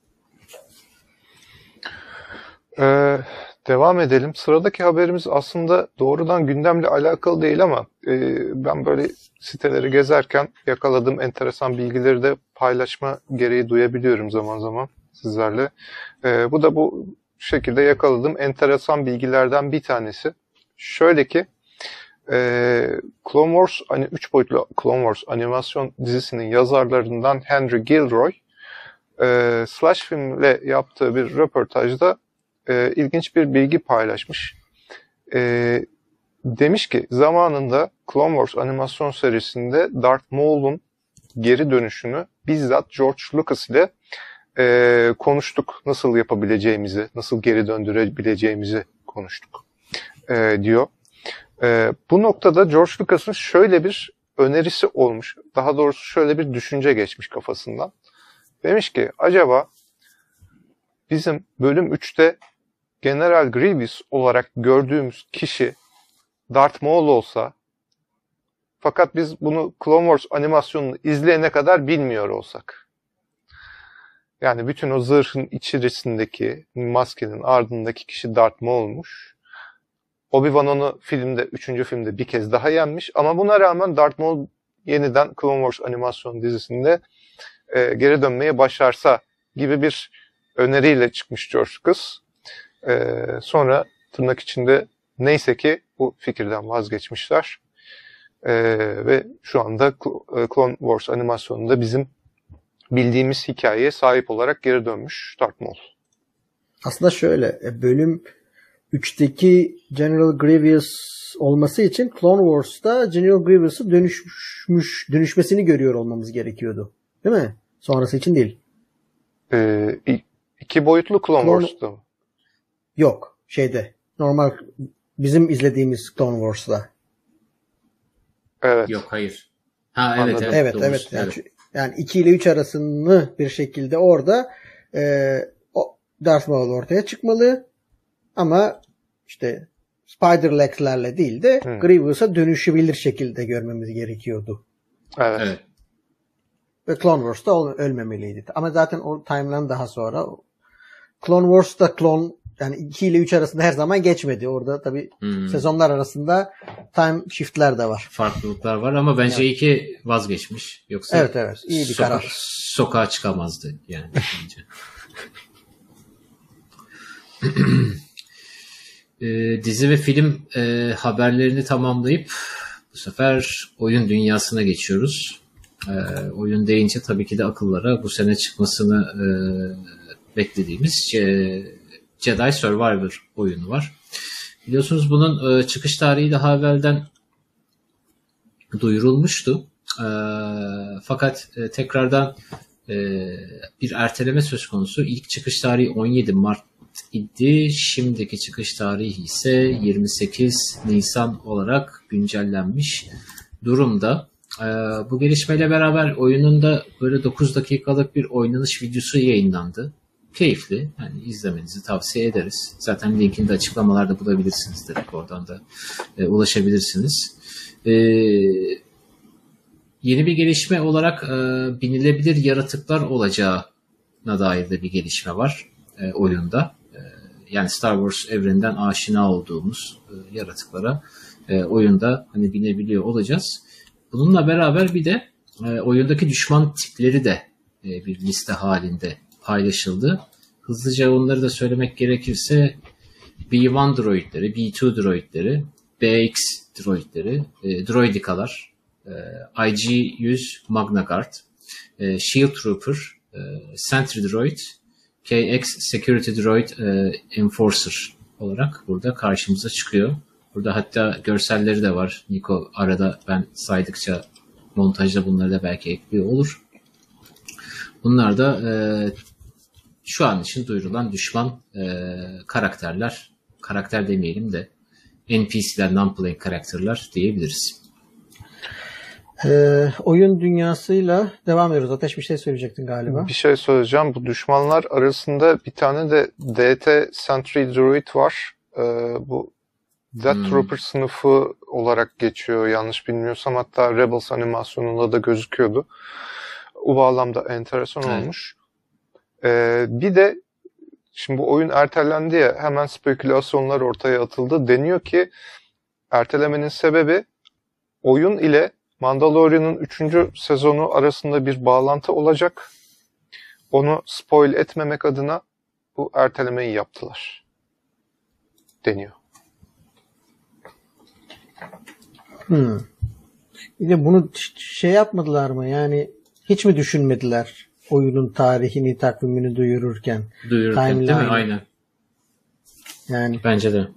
Ee, devam edelim. Sıradaki haberimiz aslında doğrudan gündemle alakalı değil ama e, ben böyle siteleri gezerken yakaladığım enteresan bilgileri de paylaşma gereği duyabiliyorum zaman zaman sizlerle. E, bu da bu şekilde yakaladığım enteresan bilgilerden bir tanesi. Şöyle ki e, Clone Wars, hani üç boyutlu Clone Wars animasyon dizisinin yazarlarından Henry Gilroy e, Slash Film'le yaptığı bir röportajda e, ilginç bir bilgi paylaşmış. E, demiş ki zamanında Clone Wars animasyon serisinde Darth Maul'un geri dönüşünü bizzat George Lucas ile e, konuştuk. Nasıl yapabileceğimizi, nasıl geri döndürebileceğimizi konuştuk e, diyor. E, bu noktada George Lucas'ın şöyle bir önerisi olmuş. Daha doğrusu şöyle bir düşünce geçmiş kafasından. Demiş ki acaba bizim bölüm üçte General Grievous olarak gördüğümüz kişi Darth Maul olsa, fakat biz bunu Clone Wars animasyonunu izleyene kadar bilmiyor olsak. Yani bütün o zırhın içerisindeki maskenin ardındaki kişi Darth Maul'muş. Obi-Wan onu filmde, üçüncü filmde bir kez daha yenmiş. Ama buna rağmen Darth Maul yeniden Clone Wars animasyon dizisinde e, geri dönmeye başarsa gibi bir öneriyle çıkmış George Lucas. E, sonra tırnak içinde neyse ki bu fikirden vazgeçmişler. E, ve şu anda Clone Wars animasyonunda bizim bildiğimiz hikayeye sahip olarak geri dönmüş Darth Maul. Aslında şöyle, bölüm üçteki General Grievous olması için Clone Wars'ta General Grievous'u dönüşmüş, dönüşmesini görüyor olmamız gerekiyordu. Değil mi? Sonrası için değil. Ee, iki boyutlu Clone, Clone Wars'ta mı? Yok. Şeyde. Normal bizim izlediğimiz Clone Wars'ta. Evet. Yok, hayır. Ha evet Anladım. evet. Evet Doğru. evet. Yani, evet. yani iki ile üç arasını bir şekilde orada e, o Darth Maul ortaya çıkmalı. Ama işte Spider-Leg'lerle değil de hmm. Grievous'a dönüşebilir şekilde görmemiz gerekiyordu. Evet. evet. Ve Clone Wars'ta ölmemeliydi. Ama zaten o timeline daha sonra Clone Wars'ta Clone yani iki ile üç arasında her zaman geçmedi. Orada tabii hmm. sezonlar arasında time shift'ler de var. Farklılıklar var ama bence evet. iyi ki vazgeçmiş. Yoksa evet evet iyi bir soka- karar. Sokağa çıkamazdı yani bence. e, dizi ve film e, haberlerini tamamlayıp bu sefer oyun dünyasına geçiyoruz. E, oyun deyince tabii ki de akıllara bu sene çıkmasını e, beklediğimiz Ce- Jedi Survivor oyunu var. Biliyorsunuz bunun e, çıkış tarihi daha evvelden duyurulmuştu. E, fakat e, tekrardan e, bir erteleme söz konusu. İlk çıkış tarihi on yedi Mart idi. Şimdiki çıkış tarihi ise yirmi sekiz Nisan olarak güncellenmiş durumda. Ee, bu gelişmeyle beraber oyunun da böyle dokuz dakikalık bir oynanış videosu yayınlandı. Keyifli. Yani izlemenizi tavsiye ederiz. Zaten linkini de açıklamalarda bulabilirsiniz. Direkt oradan da e, ulaşabilirsiniz. Ee, yeni bir gelişme olarak e, binilebilir yaratıklar olacağına dair de bir gelişme var e, oyunda. E, yani Star Wars evreninden aşina olduğumuz e, yaratıklara e, oyunda hani binebiliyor olacağız. Bununla beraber bir de e, oyundaki düşman tipleri de e, bir liste halinde paylaşıldı. Hızlıca onları da söylemek gerekirse B bir droidleri, B iki droidleri, B X droidleri, e, droidikalar, e, I G yüz Magna Guard, e, Shield Trooper, e, Sentry Droid, K X Security Droid e, Enforcer olarak burada karşımıza çıkıyor. Burada hatta görselleri de var. Niko arada ben saydıkça montajda bunları da belki ekliyor olur. Bunlar da e, şu an için duyurulan düşman e, karakterler. Karakter demeyelim de N P C'ler, non-playing karakterler diyebiliriz. Ee, oyun dünyasıyla devam ediyoruz. Ateş bir şey söyleyecektin galiba. Bir şey söyleyeceğim. Bu düşmanlar arasında bir tane de D T Sentry Droid var. Ee, bu Death Hmm. Trooper sınıfı olarak geçiyor yanlış bilmiyorsam. Hatta Rebels animasyonunda da gözüküyordu. O bağlamda enteresan Evet. olmuş. Ee, bir de şimdi bu oyun ertelendi ya, hemen spekülasyonlar ortaya atıldı. Deniyor ki ertelemenin sebebi oyun ile Mandalorian'ın üçüncü sezonu arasında bir bağlantı olacak. Onu spoil etmemek adına bu ertelemeyi yaptılar deniyor. Hmm. Bir de bunu ş- şey yapmadılar mı? Yani hiç mi düşünmediler oyunun tarihini, takvimini duyururken? Duyururken değil mi? Timeline. Aynen. Yani Bence de.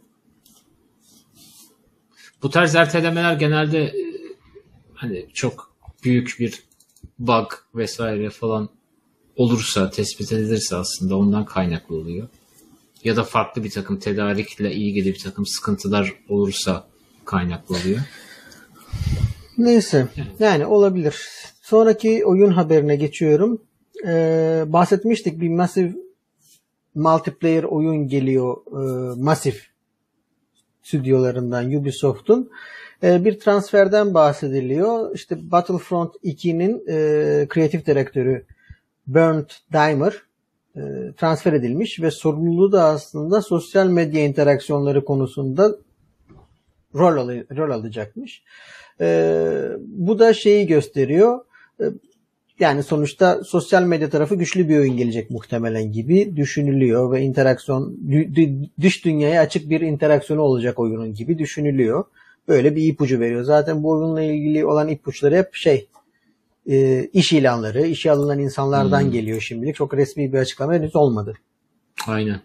Bu tarz ertelemeler genelde e, hani çok büyük bir bug vesaire falan olursa, tespit edilirse aslında ondan kaynaklı oluyor. Ya da farklı bir takım tedarikle ilgili bir takım sıkıntılar olursa kaynaklı oluyor. neyse. Yani olabilir. Sonraki oyun haberine geçiyorum. Ee, bahsetmiştik, bir Massive multiplayer oyun geliyor. Ee, Massive stüdyolarından, Ubisoft'un. Ee, bir transferden bahsediliyor. İşte Battlefront iki'nin e, kreatif direktörü Bernd Dimer e, transfer edilmiş ve sorumluluğu da aslında sosyal medya interaksiyonları konusunda rol, al- rol alacakmış. E, bu da şeyi gösteriyor. E, yani sonuçta sosyal medya tarafı güçlü bir oyun gelecek muhtemelen gibi düşünülüyor ve interaksiyon dü- dü- dış dünyaya açık bir interaksiyonu olacak oyunun gibi düşünülüyor. Böyle bir ipucu veriyor. Zaten bu oyunla ilgili olan ipuçları hep şey e, iş ilanları, işe alınan insanlardan Hmm. geliyor şimdilik. Çok resmi bir açıklama henüz olmadı. Aynen.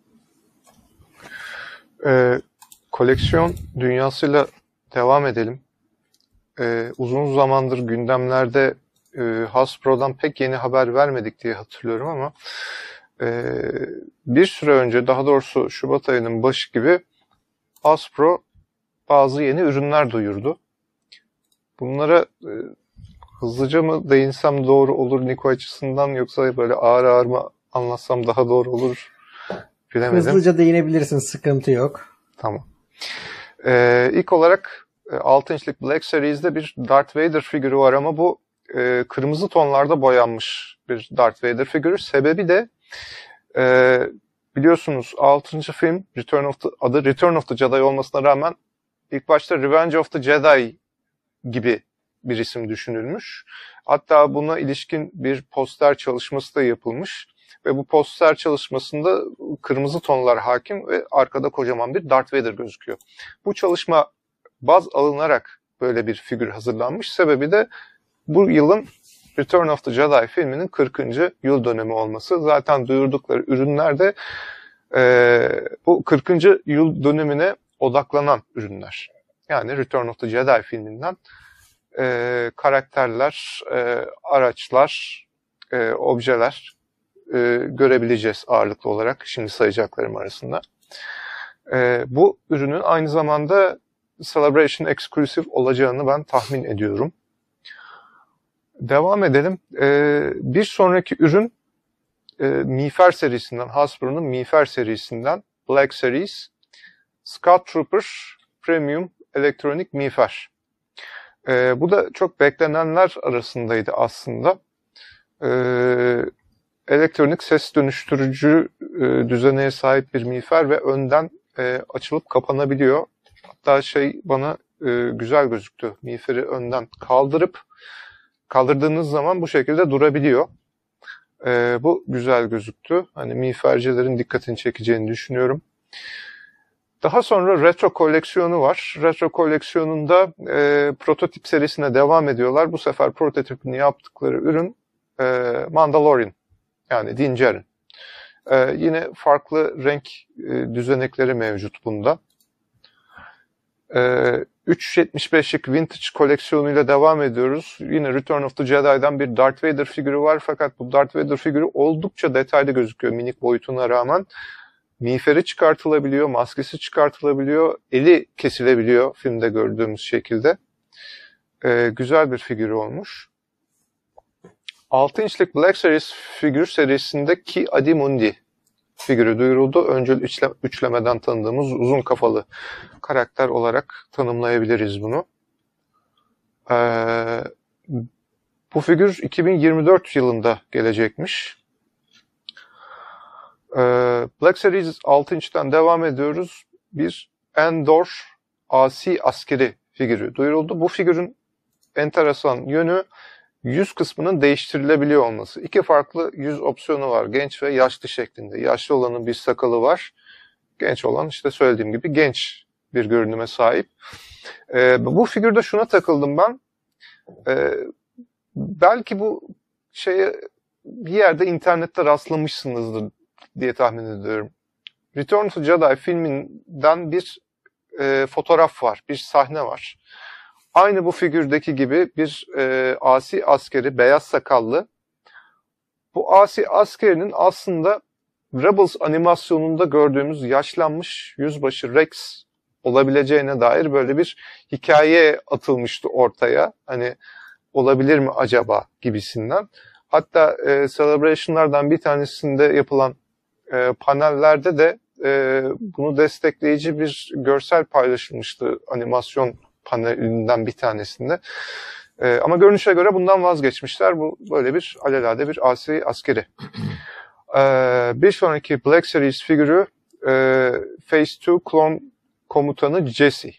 Ee, koleksiyon dünyasıyla devam edelim. Ee, uzun zamandır gündemlerde e, Hasbro'dan pek yeni haber vermedik diye hatırlıyorum ama e, bir süre önce, daha doğrusu Şubat ayının başı gibi Hasbro bazı yeni ürünler duyurdu. Bunlara e, hızlıca mı değinsem doğru olur Niko açısından, yoksa böyle ağır ağır mı anlatsam daha doğru olur bilemedim. Hızlıca değinebilirsin, sıkıntı yok. Tamam. Ee, ilk olarak altı inçlik Black Series'de bir Darth Vader figürü var ama bu e, kırmızı tonlarda boyanmış bir Darth Vader figürü. Sebebi de e, biliyorsunuz altıncı film Return of the, adı Return of the Jedi olmasına rağmen ilk başta Revenge of the Jedi gibi bir isim düşünülmüş. Hatta buna ilişkin bir poster çalışması da yapılmış. Ve bu poster çalışmasında kırmızı tonlar hakim ve arkada kocaman bir Darth Vader gözüküyor. Bu çalışma baz alınarak böyle bir figür hazırlanmış. Sebebi de bu yılın Return of the Jedi filminin kırkıncı yıl dönümü olması. Zaten duyurdukları ürünler de e, bu kırkıncı yıl dönümüne odaklanan ürünler. Yani Return of the Jedi filminden e, karakterler, e, araçlar, e, objeler e, görebileceğiz ağırlıklı olarak şimdi sayacaklarım arasında. E, bu ürünün aynı zamanda Celebration Exclusive olacağını ben tahmin ediyorum. Devam edelim. E, bir sonraki ürün e, Miğfer serisinden, Hasbro'nun Miğfer serisinden Black Series Scout Trooper Premium Elektronik Miğfer. E, bu da çok beklenenler arasındaydı aslında. E, elektronik ses dönüştürücü e, düzeneye sahip bir miğfer ve önden e, açılıp kapanabiliyor. Hatta şey bana e, güzel gözüktü. Miğferi önden kaldırıp kaldırdığınız zaman bu şekilde durabiliyor. E, bu güzel gözüktü. Hani miğfercilerin dikkatini çekeceğini düşünüyorum. Daha sonra retro koleksiyonu var. Retro koleksiyonunda e, prototip serisine devam ediyorlar. Bu sefer prototipini yaptıkları ürün e, Mandalorian. Yani Din Djarin. Ee, yine farklı renk e, düzenekleri mevcut bunda. Ee, üç yetmiş beşlik Vintage koleksiyonuyla devam ediyoruz. Yine Return of the Jedi'den bir Darth Vader figürü var. Fakat bu Darth Vader figürü oldukça detaylı gözüküyor minik boyutuna rağmen. Miğferi çıkartılabiliyor, maskesi çıkartılabiliyor, eli kesilebiliyor filmde gördüğümüz şekilde. Ee, güzel bir figür olmuş. altı inçlik Black Series figür serisinde Ki-Adi-Mundi figürü duyuruldu. Öncül üçle, üçlemeden tanıdığımız uzun kafalı karakter olarak tanımlayabiliriz bunu. Ee, bu figür iki bin yirmi dört yılında gelecekmiş. Ee, Black Series altı inçten devam ediyoruz. Bir Endor asi askeri figürü duyuruldu. Bu figürün enteresan yönü yüz kısmının değiştirilebiliyor olması. İki farklı yüz opsiyonu var. Genç ve yaşlı şeklinde. Yaşlı olanın bir sakalı var. Genç olan işte söylediğim gibi genç bir görünüme sahip. Ee, bu figürde şuna takıldım ben. Ee, belki bu şeye bir yerde internette rastlamışsınızdır diye tahmin ediyorum. Return to Jedi filminden bir e, fotoğraf var, bir sahne var. Aynı bu figürdeki gibi bir e, asi askeri, beyaz sakallı. Bu asi askerinin aslında Rebels animasyonunda gördüğümüz yaşlanmış yüzbaşı Rex olabileceğine dair böyle bir hikaye atılmıştı ortaya. Hani olabilir mi acaba gibisinden. Hatta e, Celebration'lardan bir tanesinde yapılan e, panellerde de e, bunu destekleyici bir görsel paylaşılmıştı animasyon panelinden bir tanesinde. E, ama görünüşe göre bundan vazgeçmişler. Bu böyle bir alelade bir asi askeri. e, bir sonraki Black Series figürü e, Phase iki klon komutanı Jesse.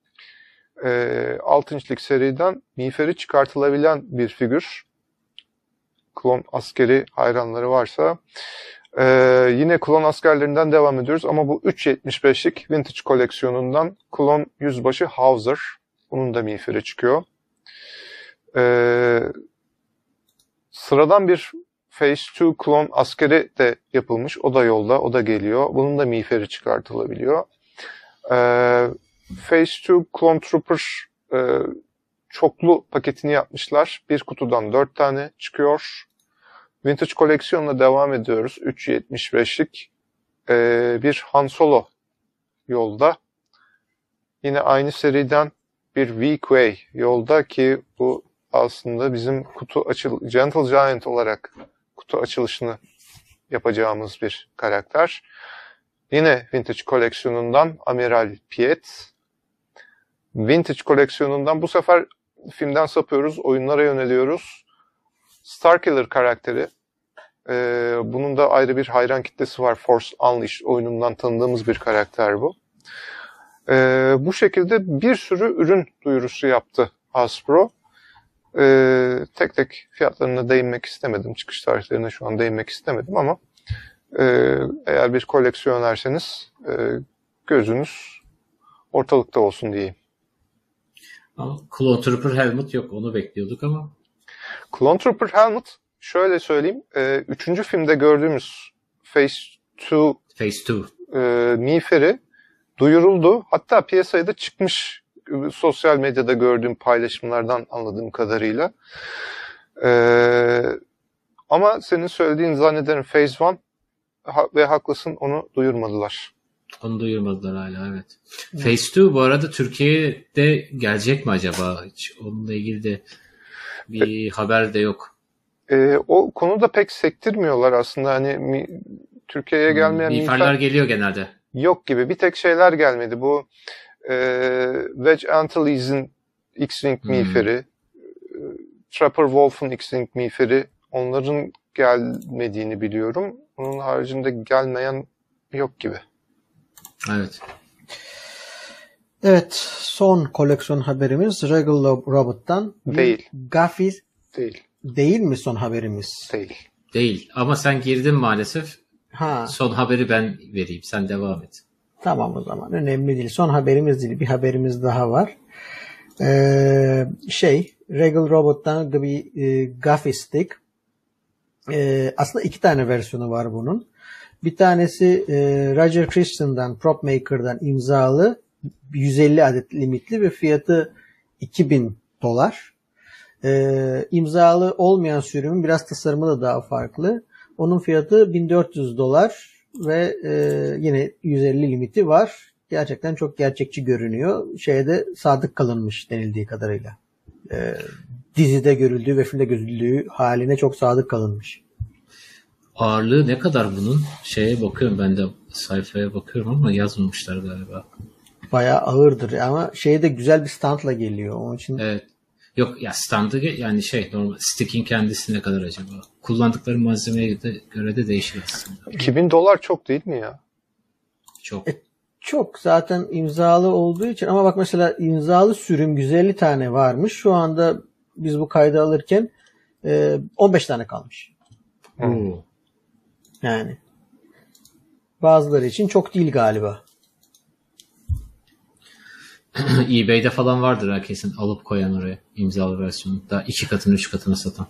E, altı inçlik seriden miğferi çıkartılabilen bir figür. Klon askeri hayranları varsa. Ee, yine klon askerlerinden devam ediyoruz ama bu üç yetmiş beşlik vintage koleksiyonundan klon yüzbaşı Hauser. Onun da miğferi çıkıyor. Ee, sıradan bir Phase iki klon askeri de yapılmış. O da yolda, o da geliyor. Bunun da miğferi çıkartılabiliyor. Ee, Phase iki Clone Trooper e, çoklu paketini yapmışlar. Bir kutudan dört tane çıkıyor. Vintage koleksiyonla devam ediyoruz. üç yetmiş beşlik ee, bir Han Solo yolda. Yine aynı seriden bir Weequay yolda ki bu aslında bizim kutu açıl Gentle Giant olarak kutu açılışını yapacağımız bir karakter. Yine Vintage koleksiyonundan Amiral Piet. Vintage koleksiyonundan bu sefer filmden sapıyoruz, oyunlara yöneliyoruz. Starkiller karakteri. Ee, bunun da ayrı bir hayran kitlesi var. Force Unleashed oyunundan tanıdığımız bir karakter bu. Ee, bu şekilde bir sürü ürün duyurusu yaptı Hasbro. Ee, tek tek fiyatlarına değinmek istemedim. Çıkış tarihlerine şu an değinmek istemedim ama e, eğer bir koleksiyonerseniz e, gözünüz ortalıkta olsun diyeyim. Ama Clone Trooper helmet yok. Onu bekliyorduk ama. Clone Trooper helmet şöyle söyleyeyim. E, üçüncü filmde gördüğümüz Phase iki Phase iki e, miğferi duyuruldu. Hatta piyasaya da çıkmış sosyal medyada gördüğüm paylaşımlardan anladığım kadarıyla. E, ama senin söylediğin zannederim Phase bir ha, ve haklısın onu duyurmadılar. Onu duyurmadılar hala evet. Hmm. Phase iki bu arada Türkiye'de gelecek mi acaba? Hiç onunla ilgili de bir e, haber de yok. E, o konuda pek sektirmiyorlar aslında. Hani mi, Türkiye'ye gelmeyen hmm, miğferler miğfer... geliyor genelde. Yok gibi. Bir tek şeyler gelmedi. Bu e, Wedge Antilles'in X-Wing hmm. miğferi, Trapper Wolf'un X-Wing miğferi onların gelmediğini biliyorum. Onun haricinde gelmeyen yok gibi. Evet. Evet. Son koleksiyon haberimiz Regal Robot'tan. Değil. Gaffy. Değil. Değil mi son haberimiz? Değil. Değil. Ama sen girdin maalesef. Ha. Son haberi ben vereyim. Sen devam et. Tamam o zaman. Önemli değil. Son haberimiz değil. Bir haberimiz daha var. Ee, şey Regal Robot'tan bir e, Gaffy Stick. Ee, aslında iki tane versiyonu var bunun. Bir tanesi e, Roger Christian'dan, Prop Maker'dan imzalı yüz elli adet limitli ve fiyatı iki bin dolar. E, imzalı olmayan sürümün biraz tasarımı da daha farklı. Onun fiyatı bin dört yüz dolar ve e, yine yüz elli limiti var. Gerçekten çok gerçekçi görünüyor. Şeyde sadık kalınmış denildiği kadarıyla. E, dizide görüldüğü ve filmde görüldüğü haline çok sadık kalınmış. ağırlığı ne kadar bunun? Şeye bakıyorum, ben de sayfaya bakıyorum ama yazmamışlar galiba. Bayağı ağırdır ama şeyde güzel bir standla geliyor. Onun için Evet. Yok ya, standı yani şey, normal stick'in kendisi ne kadar acaba? Kullandıkları malzemeye de, göre de değişir aslında. iki bin dolar çok değil mi ya? Çok. E, çok zaten imzalı olduğu için, ama bak mesela imzalı sürüm yüz elli tane varmış. Şu anda biz bu kaydı alırken e, on beş tane kalmış. Hmm. Yani bazıları için çok değil galiba. eBay'de falan vardır ha kesin, alıp koyan oraya imzalı versiyonu. Daha iki katını üç katına satan.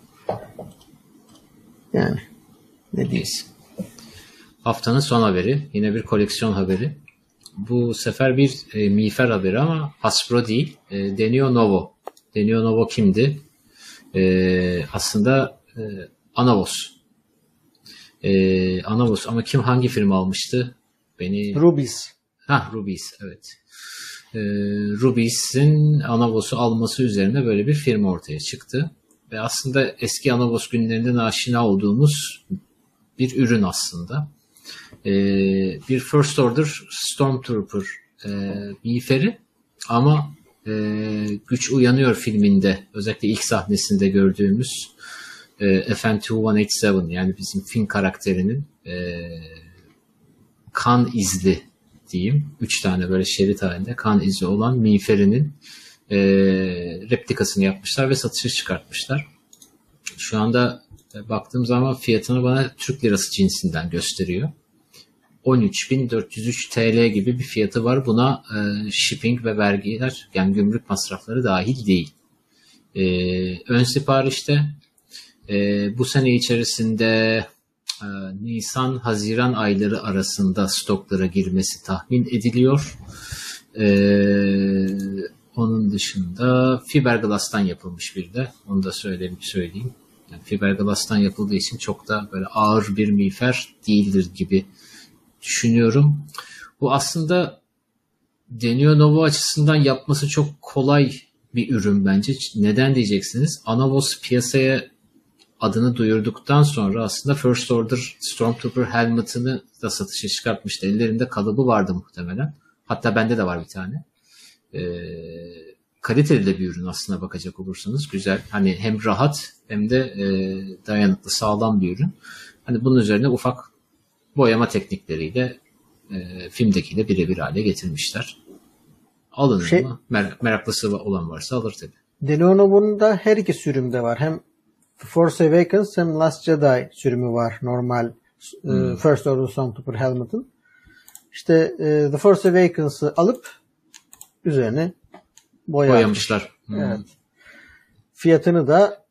Yani ne diyeyim. Neyse. Haftanın son haberi. Yine bir koleksiyon haberi. Bu sefer bir e, miğfer haberi ama Hasbro değil. E, Denio Novo. Denio Novo kimdi? E, aslında e, Anavos. E, Anavos ama kim, hangi firma almıştı? Beni... Rubies. Ha, Rubies, evet. E, Rubies'in Anavos'u alması üzerine böyle bir firma ortaya çıktı. Ve aslında eski Anavos günlerinden aşina olduğumuz bir ürün aslında. Ee, bir First Order Stormtrooper e, miğferi ama e, Güç Uyanıyor filminde özellikle ilk sahnesinde gördüğümüz e, F N iki yüz sekiz, yani bizim Finn karakterinin e, kan izli diyeyim, üç tane böyle şerit halinde kan izi olan miğferinin e, replikasını yapmışlar ve satışa çıkartmışlar. Şu anda e, baktığım zaman fiyatını bana Türk lirası cinsinden gösteriyor. on üç bin dört yüz üç T L gibi bir fiyatı var. Buna e, shipping ve vergiler, yani gümrük masrafları dahil değil. E, ön siparişte e, bu sene içerisinde e, Nisan-Haziran ayları arasında stoklara girmesi tahmin ediliyor. E, onun dışında fiberglass'tan yapılmış bir de. Onu da söyleyeyim. söyleyeyim. Yani fiberglass'tan yapıldığı için çok da böyle ağır bir miğfer değildir gibi düşünüyorum. Bu aslında Denio Novo açısından yapması çok kolay bir ürün bence. Neden diyeceksiniz? Anavos piyasaya adını duyurduktan sonra aslında First Order Stormtrooper helmet'ını da satışa çıkartmıştı. Ellerinde kalıbı vardı muhtemelen. Hatta bende de var bir tane. Ee, kaliteli de bir ürün aslına bakacak olursanız. Güzel. Hani hem rahat hem de e, dayanıklı, sağlam bir ürün. Hani bunun üzerine ufak boyama teknikleriyle e, filmdekiyle birebir hale getirmişler. Alınır şey, ama mer- meraklısı olan varsa alır tabii. Denio Novo'nun da her iki sürümde var. Hem Force Awakens hem Last Jedi sürümü var. Normal hmm. e, First Order Stormtrooper helmet'ın. İşte e, The Force Awakens'ı alıp üzerine boya boyamışlar. Hmm. Evet. Fiyatını da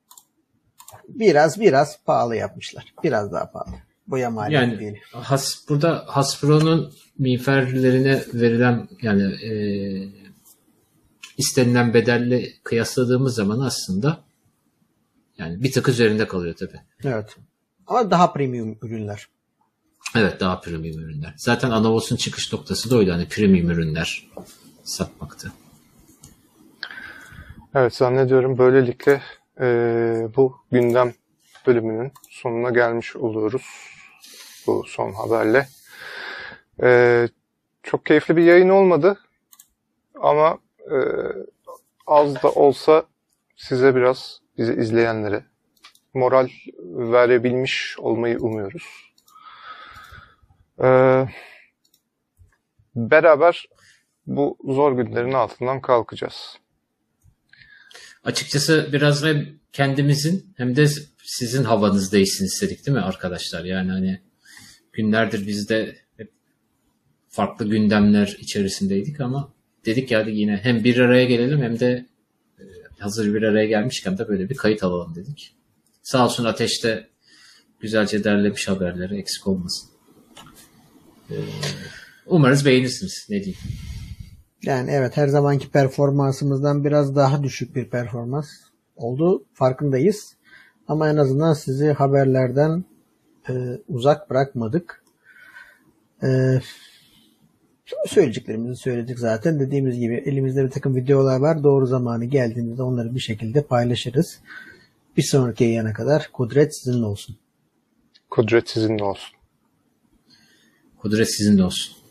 biraz biraz pahalı yapmışlar. Biraz daha pahalı. Boya maliyeti yani, değil. Has, burada Hasbro'nun miğferlerine verilen yani e, istenilen bedelle kıyasladığımız zaman aslında yani bir tık üzerinde kalıyor tabii. Evet. Ama daha premium ürünler. Evet, daha premium ürünler. Zaten Anavos'un çıkış noktası da oydu. Hani premium ürünler satmaktı. Evet, zannediyorum böylelikle e, bu gündem bölümünün sonuna gelmiş oluyoruz. Bu son haberle. E, çok keyifli bir yayın olmadı. Ama e, az da olsa size biraz, bizi izleyenlere moral verebilmiş olmayı umuyoruz. Ee, beraber bu zor günlerin altından kalkacağız. Açıkçası biraz hem kendimizin hem de sizin havanız değişsin istedik değil mi arkadaşlar? Yani hani günlerdir biz de hep farklı gündemler içerisindeydik ama dedik ya yine hem bir araya gelelim hem de hazır bir araya gelmişken de böyle bir kayıt alalım dedik. Sağ olsun Ateş de güzelce derlemiş haberleri, eksik olmasın. Umarız beğenirsiniz. Ne diyeyim? Yani evet, her zamanki performansımızdan biraz daha düşük bir performans oldu. Farkındayız. Ama en azından sizi haberlerden e, uzak bırakmadık. E, söyleyeceklerimizi söyledik zaten. Dediğimiz gibi elimizde bir takım videolar var. Doğru zamanı geldiğinde onları bir şekilde paylaşırız. Bir sonraki yayına kadar kudret sizinle olsun. Kudret sizinle olsun. Kudret sizinle olsun.